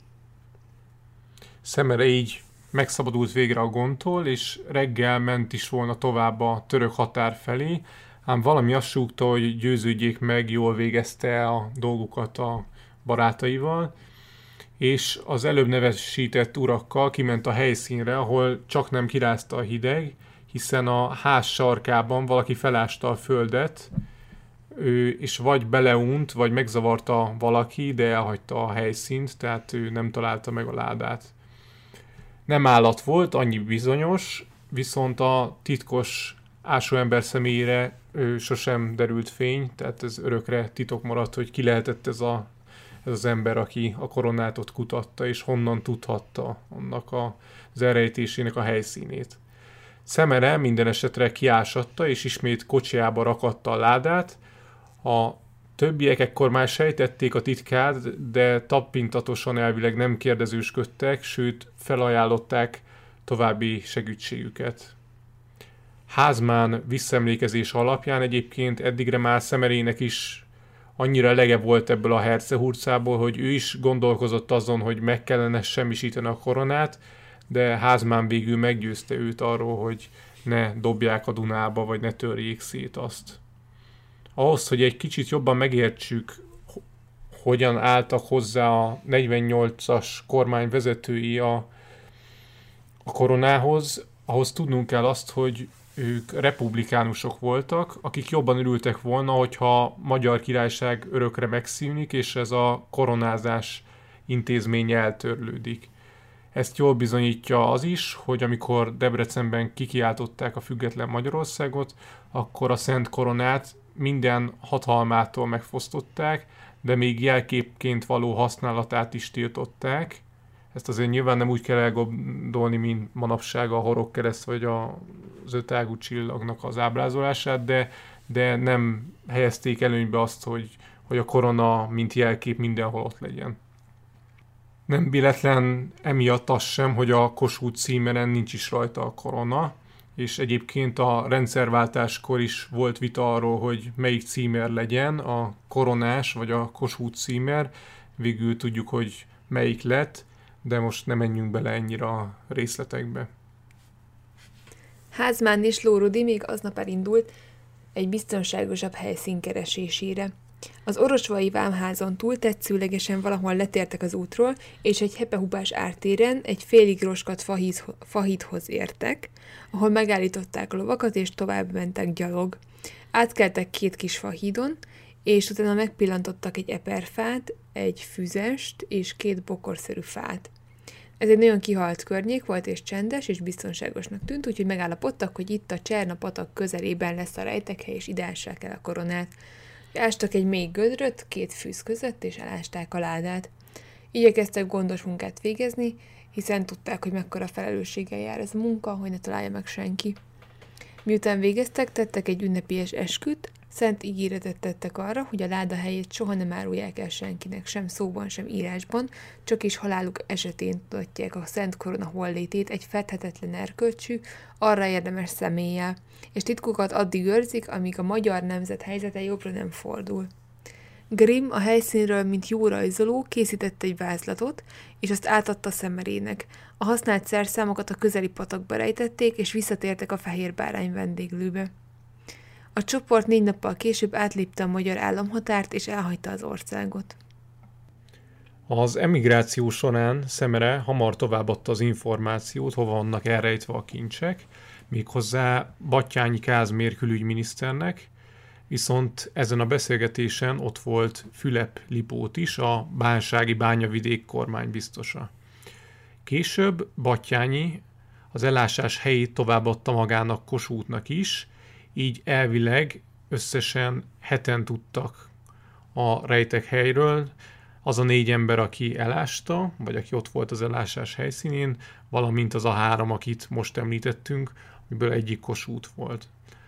[SPEAKER 6] Szemere így megszabadult végre a gondtól, és reggel ment is volna tovább a török határ felé, ám valami azt súgta, hogy győződjék meg, jól végezte a dolgukat a barátaival, és az előbb nevesített urakkal kiment a helyszínre, ahol csak nem kirázta a hideg, hiszen a ház sarkában valaki felásta a földet, és vagy beleunt, vagy megzavarta valaki, de elhagyta a helyszínt, tehát ő nem találta meg a ládát. Nem állat volt, annyi bizonyos, viszont a titkos ásóember személyére ő sosem derült fény, tehát ez örökre titok maradt, hogy ki lehetett ez a ez az ember, aki a koronátot kutatta, és honnan tudhatta annak a, az elrejtésének a helyszínét. Szemere minden esetre kiásatta, és ismét kocsiába rakatta a ládát. A többiek ekkor már sejtették a titkát, de tappintatosan elvileg nem kérdezősködtek, sőt felajánlották további segítségüket. Házmán visszaemlékezés alapján egyébként eddigre már Szemerének is annyira elege volt ebből a hercehurcából, hogy ő is gondolkozott azon, hogy meg kellene semmisíteni a koronát, de Házmán végül meggyőzte őt arról, hogy ne dobják a Dunába, vagy ne törjék szét azt. Ahhoz, hogy egy kicsit jobban megértsük, hogyan álltak hozzá a negyvennyolcas kormány vezetői a, a koronához, ahhoz tudnunk kell azt, hogy ők republikánusok voltak, akik jobban örültek volna, hogyha a Magyar Királyság örökre megszűnik, és ez a koronázás intézménye eltörlődik. Ezt jól bizonyítja az is, hogy amikor Debrecenben kikiáltották a független Magyarországot, akkor a Szent Koronát minden hatalmától megfosztották, de még jelképként való használatát is tiltották. Ezt azért nyilván nem úgy kell elgondolni, mint manapság a horogkereszt vagy az ötágú csillagnak az ábrázolását, de, de nem helyezték előnybe azt, hogy, hogy a korona mint jelkép mindenhol ott legyen. Nem véletlen emiatt az sem, hogy a Kossuth címeren nincs is rajta a korona, és egyébként a rendszerváltáskor is volt vita arról, hogy melyik címer legyen, a koronás vagy a Kossuth címer. Végül tudjuk, hogy melyik lett, de most nem menjünk bele ennyire a részletekbe.
[SPEAKER 7] Házmán és Lórudi még aznap elindult egy biztonságosabb helyszín keresésére. Az orosvai vámházon túl tetszőlegesen valahol letértek az útról, és egy hepehubás ártéren egy félig roskat fahídhoz értek, ahol megállították a lovakat, és tovább mentek gyalog. Átkeltek két kis fahídon, és utána megpillantottak egy eperfát, egy füzest és két bokorszerű fát. Ez egy nagyon kihalt környék volt, és csendes, és biztonságosnak tűnt, úgyhogy megállapodtak, hogy itt a Cserna patak közelében lesz a rejtekhely, és ide ássák el a koronát. Ástak egy mély gödröt két fűz között, és elásták a ládát. Igyekeztek gondos munkát végezni, hiszen tudták, hogy mekkora felelősséggel jár ez a munka, hogy ne találja meg senki. Miután végeztek, tettek egy ünnepélyes esküt, szent ígéretet tettek arra, hogy a láda helyét soha nem árulják el senkinek, sem szóban, sem írásban, csak is haláluk esetén tudatják a Szent Korona hollétét egy fedhetetlen erkölcsű, arra érdemes személlyel, és titkokat addig őrzik, amíg a magyar nemzet helyzete jobbra nem fordul. Grimm a helyszínről, mint jó rajzoló, készített egy vázlatot, és azt átadta Szemerének. A használt szerszámokat a közeli patakba rejtették, és visszatértek a Fehér Bárány vendéglőbe. A csoport négy nappal később átlépte a magyar államhatárt, és elhagyta az országot.
[SPEAKER 6] Az emigráció során Szemere hamar továbbadta az információt, hova vannak elrejtve a kincsek, méghozzá Batthyány Kázmér külügyminiszternek, viszont ezen a beszélgetésen ott volt Fülep Lipót is, a bánsági bányavidék kormánybiztosa. Később Batthyányi az elásás helyét továbbadta magának Kossuthnak is, így elvileg összesen heten tudtak a rejtekhelyről, az a négy ember, aki elásta, vagy aki ott volt az elásás helyszínén, valamint az a három, akit most említettünk, amiből egyik Kossuth volt.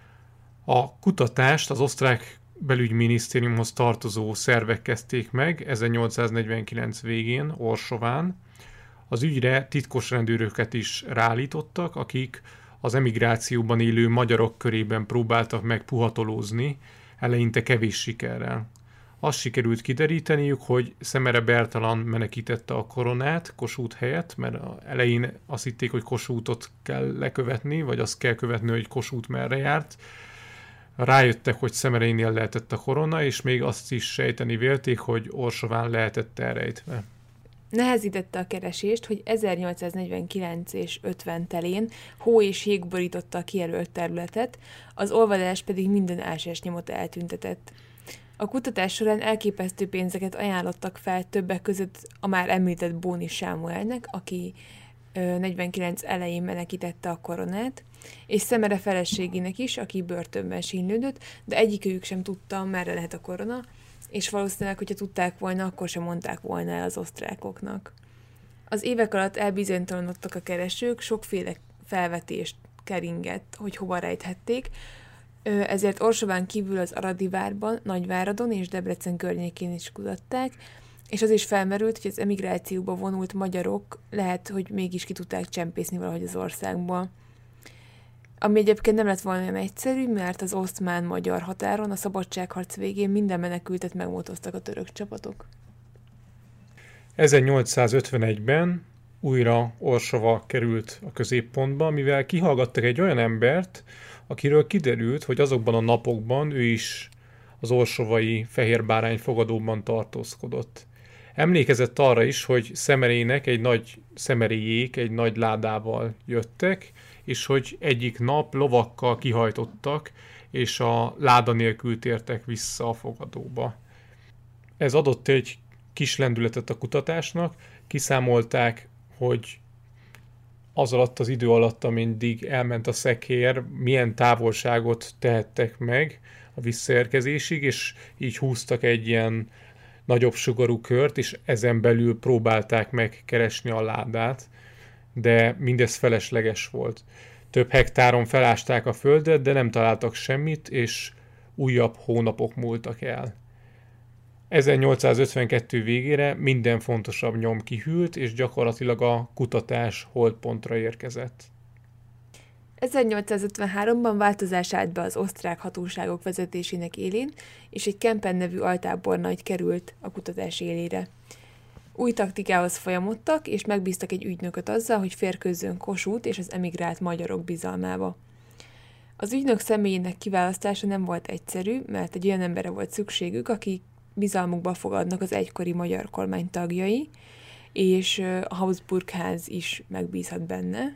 [SPEAKER 6] A kutatást az osztrák belügyminisztériumhoz tartozó szervek kezdték meg ezernyolcszáznegyvenkilenc végén Orsován. Az ügyre titkos rendőröket is ráállítottak, akik az emigrációban élő magyarok körében próbáltak meg puhatolózni, eleinte kevés sikerrel. Azt sikerült kideríteniük, hogy Szemere Bertalan menekítette a koronát Kossuth helyett, mert elején azt hitték, hogy Kossuthot kell lekövetni, vagy azt kell követni, hogy Kossuth merre járt. Rájöttek, hogy Szemerénél lehetett a korona, és még azt is sejteni vélték, hogy Orsován lehetett elrejtve.
[SPEAKER 7] Nehezítette a keresést, hogy ezernyolcszáznegyvenkilenc és ötven telén hó és jég borította a kijelölt területet, az olvadás pedig minden ásásnyomot eltüntetett. A kutatás során elképesztő pénzeket ajánlottak fel többek között a már említett Bóni Sámuelnek, aki negyvenkilenc elején menekítette a koronát, és Szemere feleségének is, aki börtönben sínlődött, de egyikőjük sem tudta, merre lehet a korona, és valószínűleg, hogyha tudták volna, akkor sem mondták volna el az osztrákoknak. Az évek alatt elbizonytalanodtak a keresők, sokféle felvetést keringett, hogy hova rejthették, ezért Orsován kívül az Aradi várban, Nagyváradon és Debrecen környékén is kutatták, és az is felmerült, hogy az emigrációba vonult magyarok lehet, hogy mégis ki tudták csempészni valahogy az országból. ami egyébként nem lett volna olyan egyszerű, mert az oszmán-magyar határon a szabadságharc végén minden menekültet megmotoztak a török csapatok.
[SPEAKER 6] ezernyolcszázötvenegyben újra Orsova került a középpontba, mivel kihallgattak egy olyan embert, akiről kiderült, hogy azokban a napokban ő is az orsovai fehérbárány fogadóban tartózkodott. Emlékezett arra is, hogy Szemerének egy nagy szemeréjék egy nagy ládával jöttek, és hogy egyik nap lovakkal kihajtottak, és a láda nélkül tértek vissza a fogadóba. Ez adott egy kis lendületet a kutatásnak, kiszámolták, hogy az alatt az idő alatt, ameddig elment a szekér, milyen távolságot tehettek meg a visszaérkezésig, és így húztak egy ilyen nagyobb sugarú kört, és ezen belül próbálták meg keresni a ládát, de mindez felesleges volt. Több hektáron felásták a földet, de nem találtak semmit, és újabb hónapok múltak el. ezernyolcszázötvenkettő végére minden fontosabb nyom kihűlt, és gyakorlatilag a kutatás holdpontra érkezett.
[SPEAKER 7] ezernyolcszázötvenháromban változás állt be az osztrák hatóságok vezetésének élén, és egy Kempen nevű altábornagy került a kutatás élére. Új taktikához folyamodtak, és megbíztak egy ügynököt azzal, hogy férkőzzön Kossuth és az emigrált magyarok bizalmába. Az ügynök személyének kiválasztása nem volt egyszerű, mert egy olyan emberre volt szükségük, aki bizalmukba fogadnak az egykori magyar kormány tagjai, és a Habsburg ház is megbízhat benne.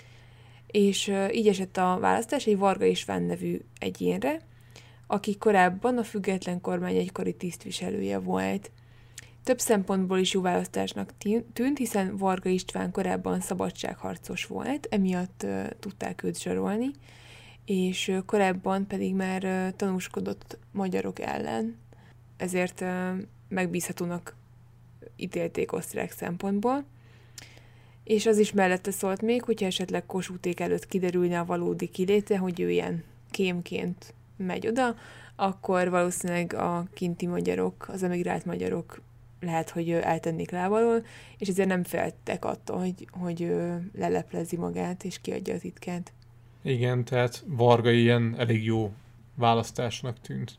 [SPEAKER 7] És így esett a választás egy Varga István nevű egyénre, aki korábban a független kormány egykori tisztviselője volt. Több szempontból is jó választásnak tűnt, hiszen Varga István korábban szabadságharcos volt, emiatt uh, tudták őt zsarolni, és uh, korábban pedig már uh, tanúskodott magyarok ellen, ezért uh, megbízhatónak ítélték osztrák szempontból. És az is mellette szólt még, hogyha esetleg Kossuthték előtt kiderülne a valódi kiléte, hogy ő ilyen kémként megy oda, akkor valószínűleg a kinti magyarok, az emigrált magyarok lehet, hogy eltennék lábalól, és ezért nem féltek attól, hogy, hogy leleplezi magát, és kiadja az titkát.
[SPEAKER 6] Igen, tehát Varga ilyen elég jó választásnak tűnt.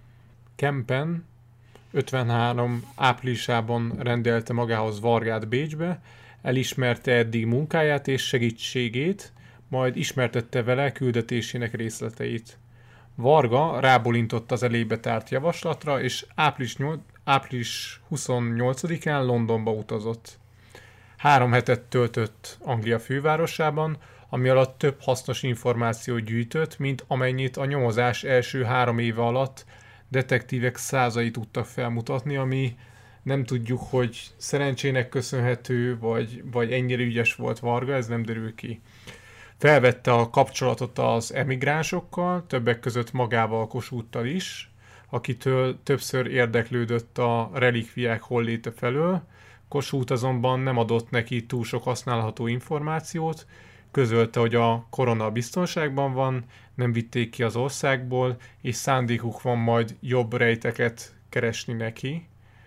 [SPEAKER 6] Kempen ötvenhárom áprilisában rendelte magához Vargát Bécsbe, elismerte eddig munkáját és segítségét, majd ismertette vele küldetésének részleteit. Varga rábólintott az elébe tárt javaslatra, és április, április huszonnyolcadikán Londonba utazott. Három hetet töltött Anglia fővárosában, ami alatt több hasznos információt gyűjtött, mint amennyit a nyomozás első három éve alatt detektívek százai tudtak felmutatni, ami nem tudjuk, hogy szerencsének köszönhető, vagy, vagy ennyire ügyes volt Varga, ez nem derül ki. Felvette a kapcsolatot az emigránsokkal, többek között magával Kossuthtal is, akitől többször érdeklődött a relikviák holléte felől. Kossuth azonban nem adott neki túl sok használható információt, közölte, hogy a korona biztonságban van, nem vitték ki az országból, és szándékuk van majd jobb rejteket keresni neki.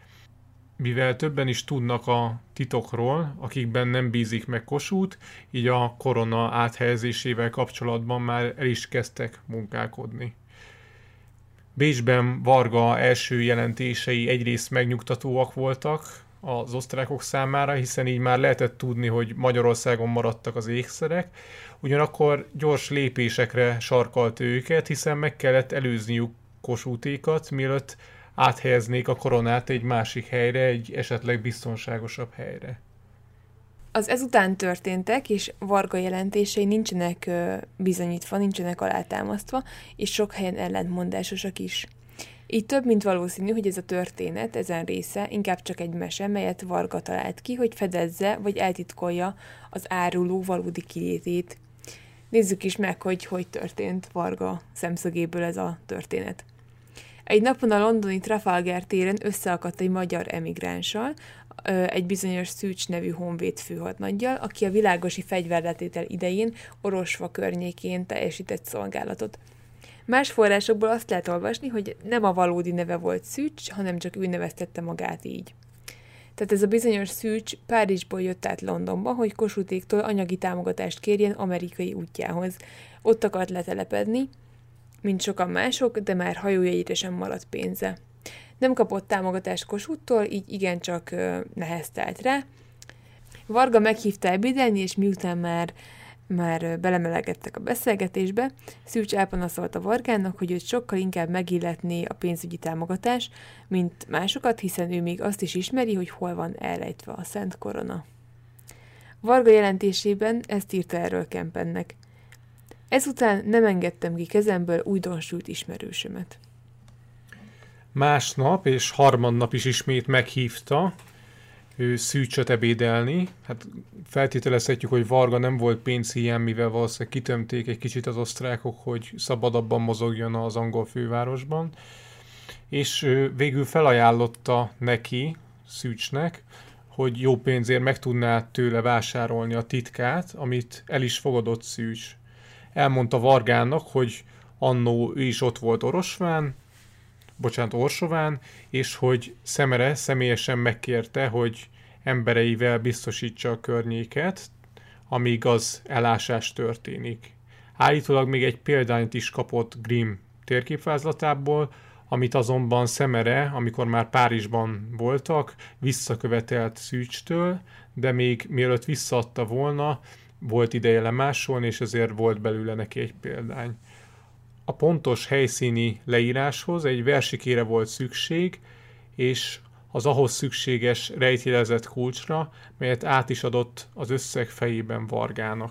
[SPEAKER 6] Mivel többen is tudnak a titokról, akikben nem bízik meg Kossuth, így a korona áthelyezésével kapcsolatban már el is kezdtek munkálkodni. Bécsben Varga első jelentései egyrészt megnyugtatóak voltak az osztrákok számára, hiszen így már lehetett tudni, hogy Magyarországon maradtak az ékszerek, ugyanakkor gyors lépésekre sarkalt őket, hiszen meg kellett előzniük Kossuthtékat, mielőtt áthelyeznék a koronát egy másik helyre, egy esetleg biztonságosabb helyre.
[SPEAKER 7] Az ezután történtek, és Varga jelentései nincsenek bizonyítva, nincsenek alátámasztva, és sok helyen ellentmondásosak is. Így több mint valószínű, hogy ez a történet, ezen része inkább csak egy mese, melyet Varga talált ki, hogy fedezze vagy eltitkolja az áruló valódi kilétét. Nézzük is meg, hogy hogy történt Varga szemszögéből ez a történet. Egy napon a londoni Trafalgar téren összeakadt egy magyar emigránssal, egy bizonyos Szűcs nevű honvéd főhadnaggyal, aki a világosi fegyverletétel idején Orosva környékén teljesített szolgálatot. Más forrásokból azt lehet olvasni, hogy nem a valódi neve volt Szűcs, hanem csak ő neveztette magát így. Tehát ez a bizonyos Szűcs Párizsból jött át Londonba, hogy Kossuthéktól anyagi támogatást kérjen amerikai útjához. Ott akart letelepedni, mint sokan mások, de már hajójegyre sem maradt pénze. Nem kapott támogatást Kossuttól, így igencsak ö, neheztelt rá. Varga meghívta ebédelni, és miután már, már belemelegedtek a beszélgetésbe, Szűcs elpanaszolta Vargának, hogy őt sokkal inkább megilletné a pénzügyi támogatás, mint másokat, hiszen ő még azt is ismeri, hogy hol van elrejtve a Szent Korona. Varga jelentésében ezt írta erről Kempennek. Ezután nem engedtem ki kezemből újdonsült ismerősömet.
[SPEAKER 6] Másnap és harmadnap is ismét meghívta ő Szűcsöt ebédelni. Hát feltételezhetjük, hogy Varga nem volt pénzhiány, mivel valószínűleg kitömték egy kicsit az osztrákok, hogy szabadabban mozogjon az angol fővárosban. És ő végül felajánlotta neki, Szűcsnek, hogy jó pénzért meg tudná tőle vásárolni a titkát, amit el is fogadott Szűcs. Elmondta Vargának, hogy annó ő is ott volt Orosván, bocsánat, Orsován, és hogy Szemere személyesen megkérte, hogy embereivel biztosítsa a környéket, amíg az elásás történik. Állítólag még egy példányt is kapott Grimm térképvázlatából, amit azonban Szemere, amikor már Párizsban voltak, visszakövetelt Szűcstől, de még mielőtt visszaadta volna, volt ideje lemásolni, és ezért volt belőle neki egy példány. A pontos helyszíni leíráshoz egy versikére volt szükség, és az ahhoz szükséges rejtjelezett kulcsra, melyet át is adott az összeg fejében Vargának.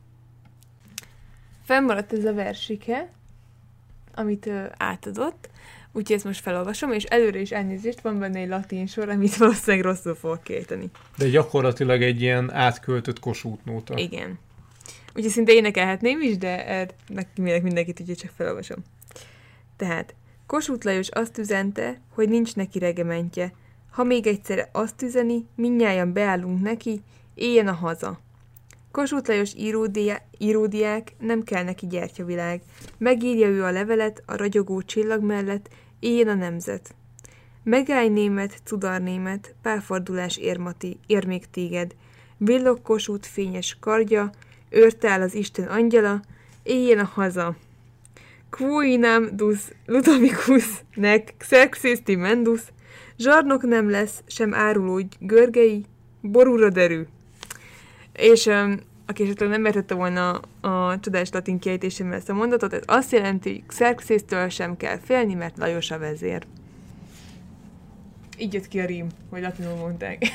[SPEAKER 7] Fennmaradt ez a versike, amit ő átadott, úgyhogy ezt most felolvasom, és előre is elnézést, van benne egy latin sor, amit valószínűleg rosszul fogok kiejteni.
[SPEAKER 6] De gyakorlatilag egy ilyen átköltött Kossuth nóta.
[SPEAKER 7] Igen. Úgyhogy szinte énekelhetném is, de er- mindenkit, úgyhogy csak felolvasom. Tehát, Kossuth Lajos azt üzente, hogy nincs neki regementje. Ha még egyszer azt üzeni, mindnyájan beállunk neki, éljen a haza. Kossuth Lajos íródiá- íródiák, nem kell neki gyertyavilág. Megírja ő a levelet a ragyogó csillag mellett, éljen a nemzet. Megállj német, cudar német, pálfordulás érmati, ér még téged. Villog Kossuth fényes kardja, őrtál az Isten angyala, éljen a haza. Quoinam dus Ludovicus nec Xerxes timendus, zsarnok nem lesz, sem áruló görgei, borúra derű. És um, aki esetleg nem értette volna a, a csodás latin kiejtésemmel ezt a mondatot, ez azt jelenti, hogy Xerxéstől sem kell félni, mert Lajos a vezér. Így jött ki a rím, hogy latinul mondták.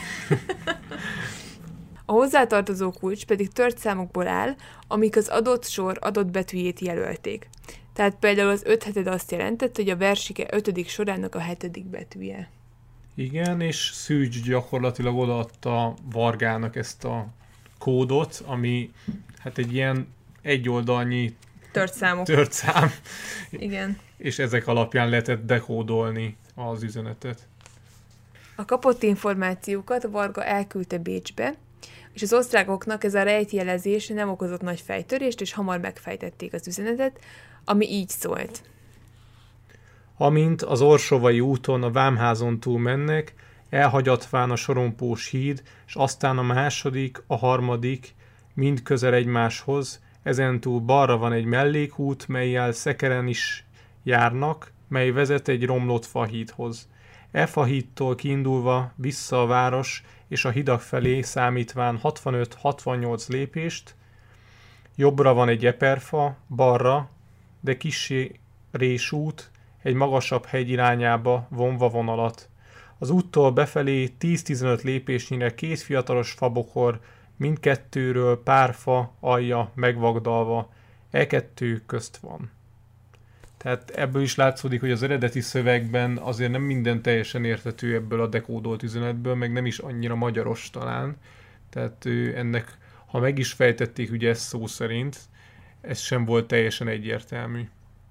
[SPEAKER 7] A hozzátartozó kulcs pedig tört számokból áll, amik az adott sor adott betűjét jelölték. Tehát például az öt heted azt jelentett, hogy a versike ötödik sorának a hetedik betűje.
[SPEAKER 6] Igen, és Szűcs gyakorlatilag odaadta Vargának ezt a kódot, ami hát egy ilyen egyoldalnyi
[SPEAKER 7] tört számok.
[SPEAKER 6] Tört szám.
[SPEAKER 7] Igen.
[SPEAKER 6] És ezek alapján lehetett dekódolni az üzenetet.
[SPEAKER 7] A kapott információkat Varga elküldte Bécsbe, és az osztrákoknak ez a rejtjelezés nem okozott nagy fejtörést, és hamar megfejtették az üzenetet, ami így szólt.
[SPEAKER 6] Amint az Orsovai úton a Vámházon túl mennek, elhagyatván a Sorompós híd, és aztán a második, a harmadik, mind közel egymáshoz, ezentúl balra van egy mellékút, mellyel szekeren is járnak, mely vezet egy romlott fahídhoz. E fahídtól kiindulva vissza a város, és a hidak felé számítván hatvanöt-hatvannyolc lépést, jobbra van egy eperfa, balra, de kissé résút, egy magasabb hegy irányába vonva vonalat. Az úttól befelé tíz-tizenöt lépésnyire két fiatalos fabokor, mindkettőről pár fa alja megvagdalva, e kettő közt van. Tehát ebből is látszódik, hogy az eredeti szövegben azért nem minden teljesen érthető ebből a dekódolt üzenetből, meg nem is annyira magyaros talán. Tehát ő ennek, ha meg is fejtették ugye ezt szó szerint, ez sem volt teljesen egyértelmű.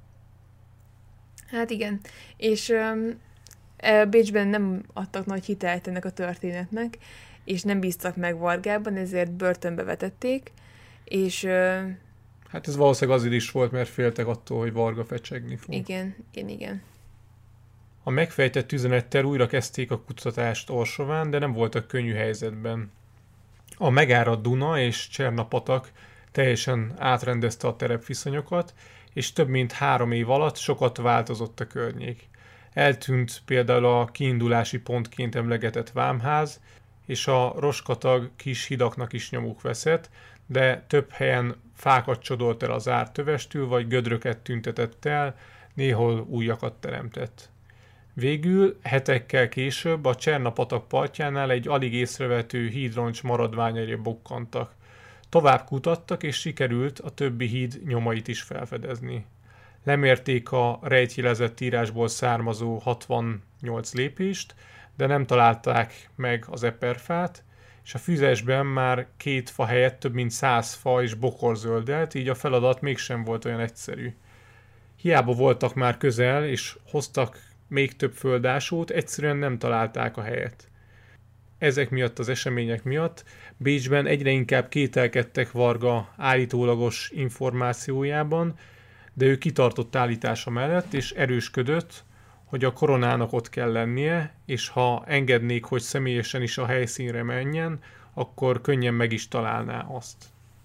[SPEAKER 7] Hát igen, és um, Bécsben nem adtak nagy hitelt ennek a történetnek, és nem bíztak meg Vargában, ezért börtönbe vetették, és... Uh,
[SPEAKER 6] hát ez valószínűleg azért is volt, mert féltek attól, hogy Varga fecsegni fog.
[SPEAKER 7] Igen, igen, igen.
[SPEAKER 6] A megfejtett üzenettel újra kezdték a kutatást Orsován, de nem voltak könnyű helyzetben. A megáradt Duna és Cserna-patak teljesen átrendezte a terepviszonyokat, és több mint három év alatt sokat változott a környék. Eltűnt például a kiindulási pontként emlegetett Vámház, és a roskatag kis hidaknak is nyomuk veszett, de több helyen fákat csodolt el az ártövestül, vagy gödröket tüntetett el, néhol újakat teremtett. Végül hetekkel később a Cserna-patak partjánál egy alig észrevehető hídroncs maradványaira bukkantak. Tovább kutattak, és sikerült a többi híd nyomait is felfedezni. Lemérték a rejtjelezett írásból származó hatvannyolc lépést, de nem találták meg az eperfát, és a füzesben már két fa helyett több mint száz fa és bokor zöldelt, így a feladat mégsem volt olyan egyszerű. Hiába voltak már közel, és hoztak még több földásót, egyszerűen nem találták a helyet. Ezek miatt az események miatt Bécsben egyre inkább kételkedtek Varga állítólagos információjában, de ő kitartott állítása mellett, és erősködött, hogy a koronának ott kell lennie, és ha engednék, hogy személyesen is a helyszínre menjen, akkor könnyen meg is találná azt.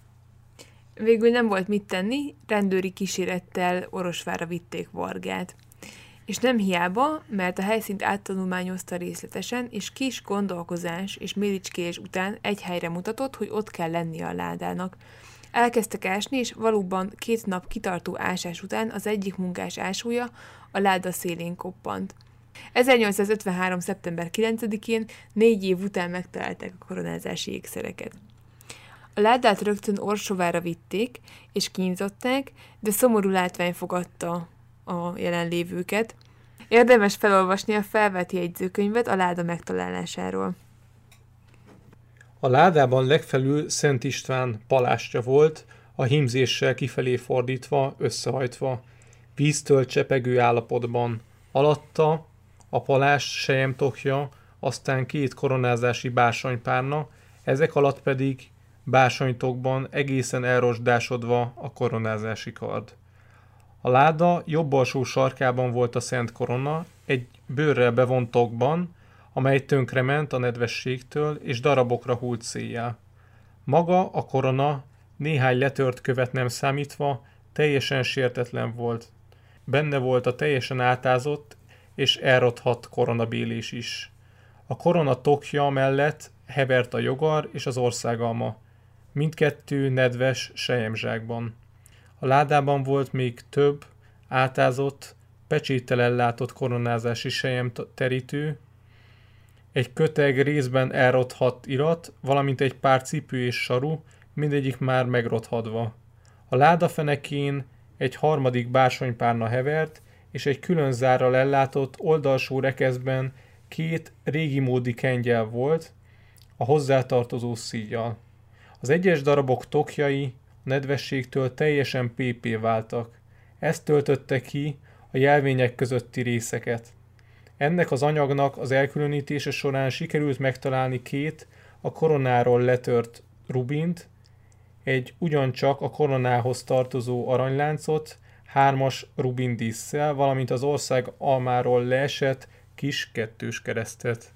[SPEAKER 7] Végül nem volt mit tenni, rendőri kísérettel Orosvárra vitték Vargát. És nem hiába, mert a helyszínt áttanulmányozta részletesen, és kis gondolkozás és méricskélés után egy helyre mutatott, hogy ott kell lennie a ládának. Elkezdtek ásni, és valóban két nap kitartó ásás után az egyik munkás ásója a láda szélén koppant. ezernyolcszázötvenhárom. szeptember kilencedikén, négy év után megtalálták a koronázási ékszereket. A ládát rögtön Orsovára vitték, és kínzották, de szomorú látvány fogadta a jelenlévőket. Érdemes felolvasni a felvett jegyzőkönyvet a láda megtalálásáról.
[SPEAKER 6] A ládában legfelül Szent István palástja volt, a hímzéssel kifelé fordítva, összehajtva, víztől csepegő állapotban. Alatta a palást selyemtokja, aztán két koronázási bársonypárna, ezek alatt pedig bársonytokban egészen elrosdásodva a koronázási kard. A láda jobb alsó sarkában volt a Szent Korona, egy bőrrel bevont tokban, amely tönkrement a nedvességtől és darabokra hult széjjel. Maga a korona, néhány letört követ nem számítva, teljesen sértetlen volt. Benne volt a teljesen átázott és elrothadt koronabélés is. A korona tokja mellett hevert a jogar és az országalma, mindkettő nedves selyemzsákban. A ládában volt még több, átázott, pecséttel ellátott koronázási selyemterítő, egy köteg részben elrothadt irat, valamint egy pár cipő és saru, mindegyik már megrothadva. A láda fenekén egy harmadik bársonypárna hevert, és egy külön zárral ellátott oldalsó rekeszben két régimódi kengyel volt, a hozzátartozó szíjjal. Az egyes darabok tokjai a nedvességtől teljesen pépé váltak. Ezt töltötte ki a jelvények közötti részeket. Ennek az anyagnak az elkülönítése során sikerült megtalálni két a koronáról letört rubint, egy ugyancsak a koronához tartozó aranyláncot, hármas rubindísszel, valamint az ország almáról leesett kis kettős keresztet.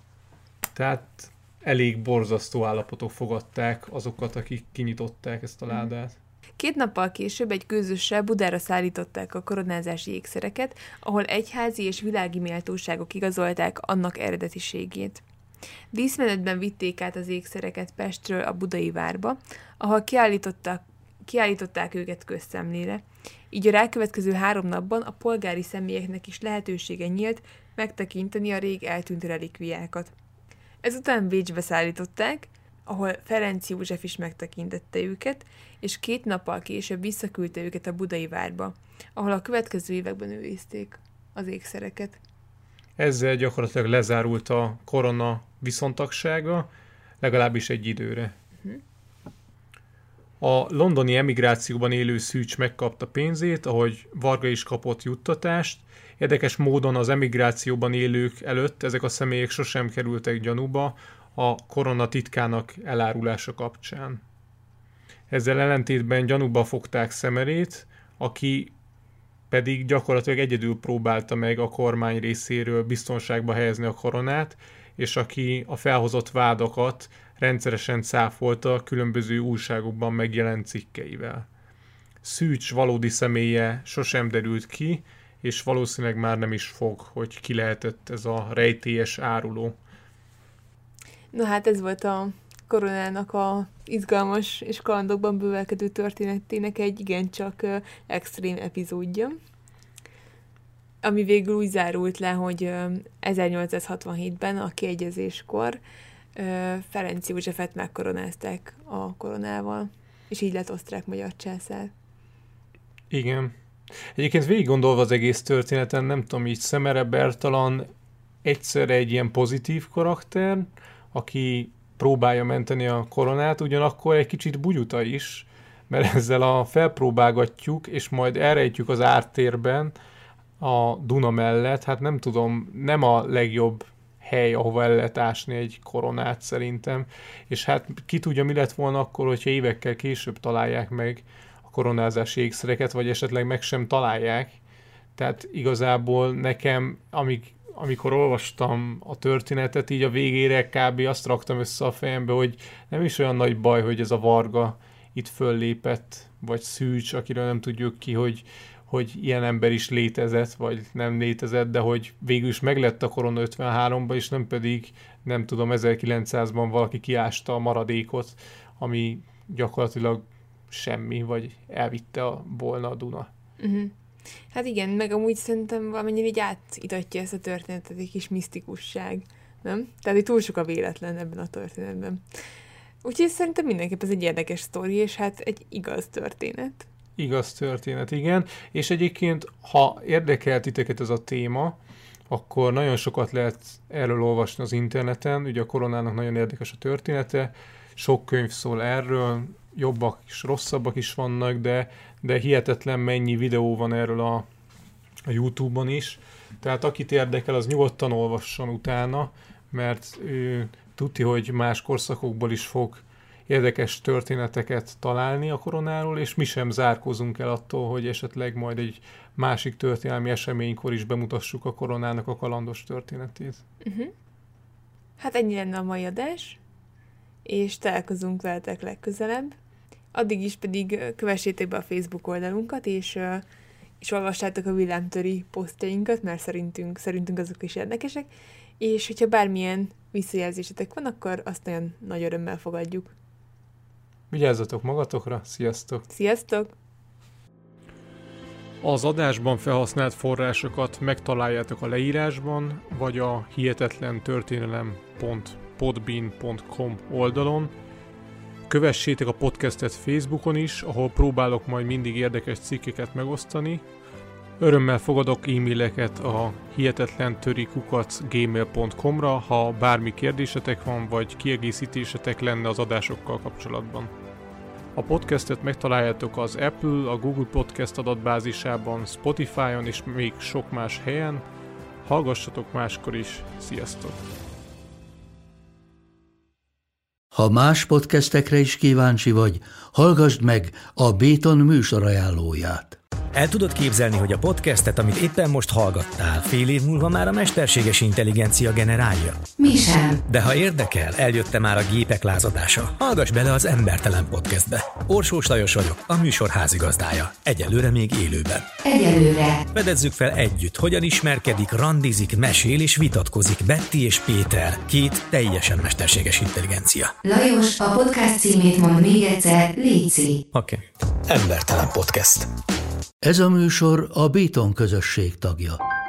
[SPEAKER 6] Tehát elég borzasztó állapotok fogadták azokat, akik kinyitották ezt a ládát.
[SPEAKER 7] Két nappal később egy gőzössel Budára szállították a koronázási ékszereket, ahol egyházi és világi méltóságok igazolták annak eredetiségét. Díszmenetben vitték át az ékszereket Pestről a budai várba, ahol kiállították, kiállították őket közszemlére. Így a rákövetkező három napban a polgári személyeknek is lehetősége nyílt megtekinteni a rég eltűnt relikviákat. Ezután Bécsbe szállították, ahol Ferenc József is megtekintette őket, és két nappal később visszaküldte őket a budai várba, ahol a következő években őrizték az ékszereket.
[SPEAKER 6] Ezzel gyakorlatilag lezárult a korona viszontagsága, legalábbis egy időre. Uh-huh. A londoni emigrációban élő Szűcs megkapta pénzét, ahogy Varga is kapott juttatást. Érdekes módon az emigrációban élők előtt ezek a személyek sosem kerültek gyanúba a korona titkának elárulása kapcsán. Ezzel ellentétben gyanúba fogták Szemerét, aki pedig gyakorlatilag egyedül próbálta meg a kormány részéről biztonságba helyezni a koronát, és aki a felhozott vádakat rendszeresen cáfolta különböző újságokban megjelent cikkeivel. Szűcs valódi személye sosem derült ki, és valószínűleg már nem is fog, hogy ki lehetett ez a rejtélyes áruló.
[SPEAKER 7] Na hát ez volt a koronának a izgalmas és kalandokban bővelkedő történetének egy igencsak uh, extrém epizódja, ami végül úgy zárult le, hogy uh, ezernyolcszázhatvanhétben a kiegyezéskor uh, Ferenc Józsefet megkoronázták a koronával, és így lett osztrák-magyar császár.
[SPEAKER 6] Igen. Egyébként végig gondolva az egész történeten, nem tudom, így Szemere Bertalan egyszerre egy ilyen pozitív karakter, aki próbálja menteni a koronát, ugyanakkor egy kicsit bugyuta is, mert ezzel a felpróbálgatjuk, és majd elrejtjük az ártérben a Duna mellett, hát nem tudom, nem a legjobb hely, ahova el lehet ásni egy koronát szerintem, és hát ki tudja, mi lett volna akkor, hogyha évekkel később találják meg a koronázási ékszereket, vagy esetleg meg sem találják. Tehát igazából nekem, amíg amikor olvastam a történetet, így a végére kb. Azt raktam össze a fejembe, hogy nem is olyan nagy baj, hogy ez a Varga itt föllépett, vagy Szűcs, akiről nem tudjuk ki, hogy, hogy ilyen ember is létezett, vagy nem létezett, de hogy végül is meglett a korona ötvenháromban, és nem pedig, nem tudom, ezerkilencszázban valaki kiásta a maradékot, ami gyakorlatilag semmi, vagy elvitte a, volna a Duna.
[SPEAKER 7] Uh-huh. Hát igen, meg amúgy szerintem valamennyire így átitatja ezt a történetet egy kis misztikusság, nem? Tehát, hogy túl sok a véletlen ebben a történetben. Úgyhogy szerintem mindenképp ez egy érdekes sztori, és hát egy igaz történet.
[SPEAKER 6] Igaz történet, igen. És egyébként, ha érdekel titeket ez a téma, akkor nagyon sokat lehet erről olvasni az interneten. Ugye a koronának nagyon érdekes a története, sok könyv szól erről, jobbak is, rosszabbak is vannak, de, de hihetetlen mennyi videó van erről a, a YouTube-on is. Tehát akit érdekel, az nyugodtan olvasson utána, mert ő tudti, hogy más korszakokból is fog érdekes történeteket találni a koronáról, és mi sem zárkózunk el attól, hogy esetleg majd egy másik történelmi eseménykor is bemutassuk a koronának a kalandos történetét. Uh-huh.
[SPEAKER 7] Hát ennyi lenne a mai adás, és találkozunk veletek legközelebb. Addig is pedig kövessétek be a Facebook oldalunkat, és, és olvassátok a villámtöri posztjainkat, mert szerintünk, szerintünk azok is érdekesek, és hogyha bármilyen visszajelzésetek van, akkor azt nagyon nagy örömmel fogadjuk.
[SPEAKER 6] Vigyázzatok magatokra, sziasztok!
[SPEAKER 7] Sziasztok!
[SPEAKER 6] Az adásban felhasznált forrásokat megtaláljátok a leírásban, vagy a hihetetlen történelem pont podbean pont com oldalon. Kövessétek a podcastet Facebookon is, ahol próbálok majd mindig érdekes cikkeket megosztani. Örömmel fogadok e-maileket a hihetetlentöri kukac gmail pont com-ra, ha bármi kérdésetek van, vagy kiegészítésetek lenne az adásokkal kapcsolatban. A podcastet megtaláljátok az Apple, a Google Podcast adatbázisában, Spotify-on és még sok más helyen. Hallgassatok máskor is. Sziasztok!
[SPEAKER 1] Ha más podcastekre is kíváncsi vagy, hallgassd meg a Béton műsor ajánlóját.
[SPEAKER 8] El tudod képzelni, hogy a podcastet, amit éppen most hallgattál, fél év múlva már a mesterséges intelligencia generálja?
[SPEAKER 9] Mi sem.
[SPEAKER 8] De ha érdekel, eljött már a gépek lázadása. Hallgass bele az Embertelen Podcastbe. Orsós Lajos vagyok, a műsor házigazdája. Egyelőre még élőben.
[SPEAKER 9] Egyelőre.
[SPEAKER 8] Fedezzük fel együtt, hogyan ismerkedik, randizik, mesél és vitatkozik Betty és Péter, két teljesen mesterséges intelligencia.
[SPEAKER 9] Lajos, a podcast címét mond még egyszer, léci.
[SPEAKER 8] Oké. Okay. Embertelen Podcast.
[SPEAKER 1] Ez a műsor a Béton közösség tagja.